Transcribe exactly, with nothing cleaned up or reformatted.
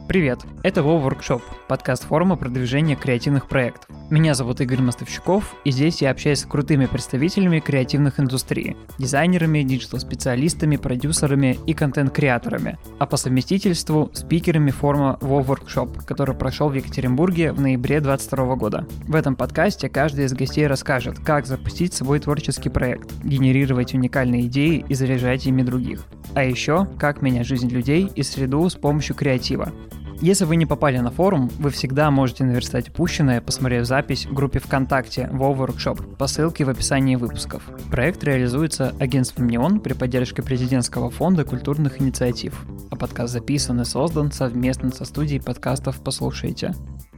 Привет, это WoW Workshop, подкаст форума продвижения креативных проектов. Меня зовут Игорь Мостовщиков, и здесь я общаюсь с крутыми представителями креативных индустрий, дизайнерами, диджитал-специалистами, продюсерами и контент-креаторами, а по совместительству спикерами форума WoW Workshop, который прошел в Екатеринбурге в ноябре двадцать второго года. В этом подкасте каждый из гостей расскажет, как запустить свой творческий проект, генерировать уникальные идеи и заряжать ими других. А еще, как менять жизнь людей и среду с помощью креатива. Если вы не попали на форум, вы всегда можете наверстать упущенное, посмотрев запись в группе ВКонтакте WoW Workshop по ссылке в описании выпусков. Проект реализуется агентством Неон при поддержке президентского фонда культурных инициатив. А подкаст записан и создан совместно со студией подкастов «Послушайте».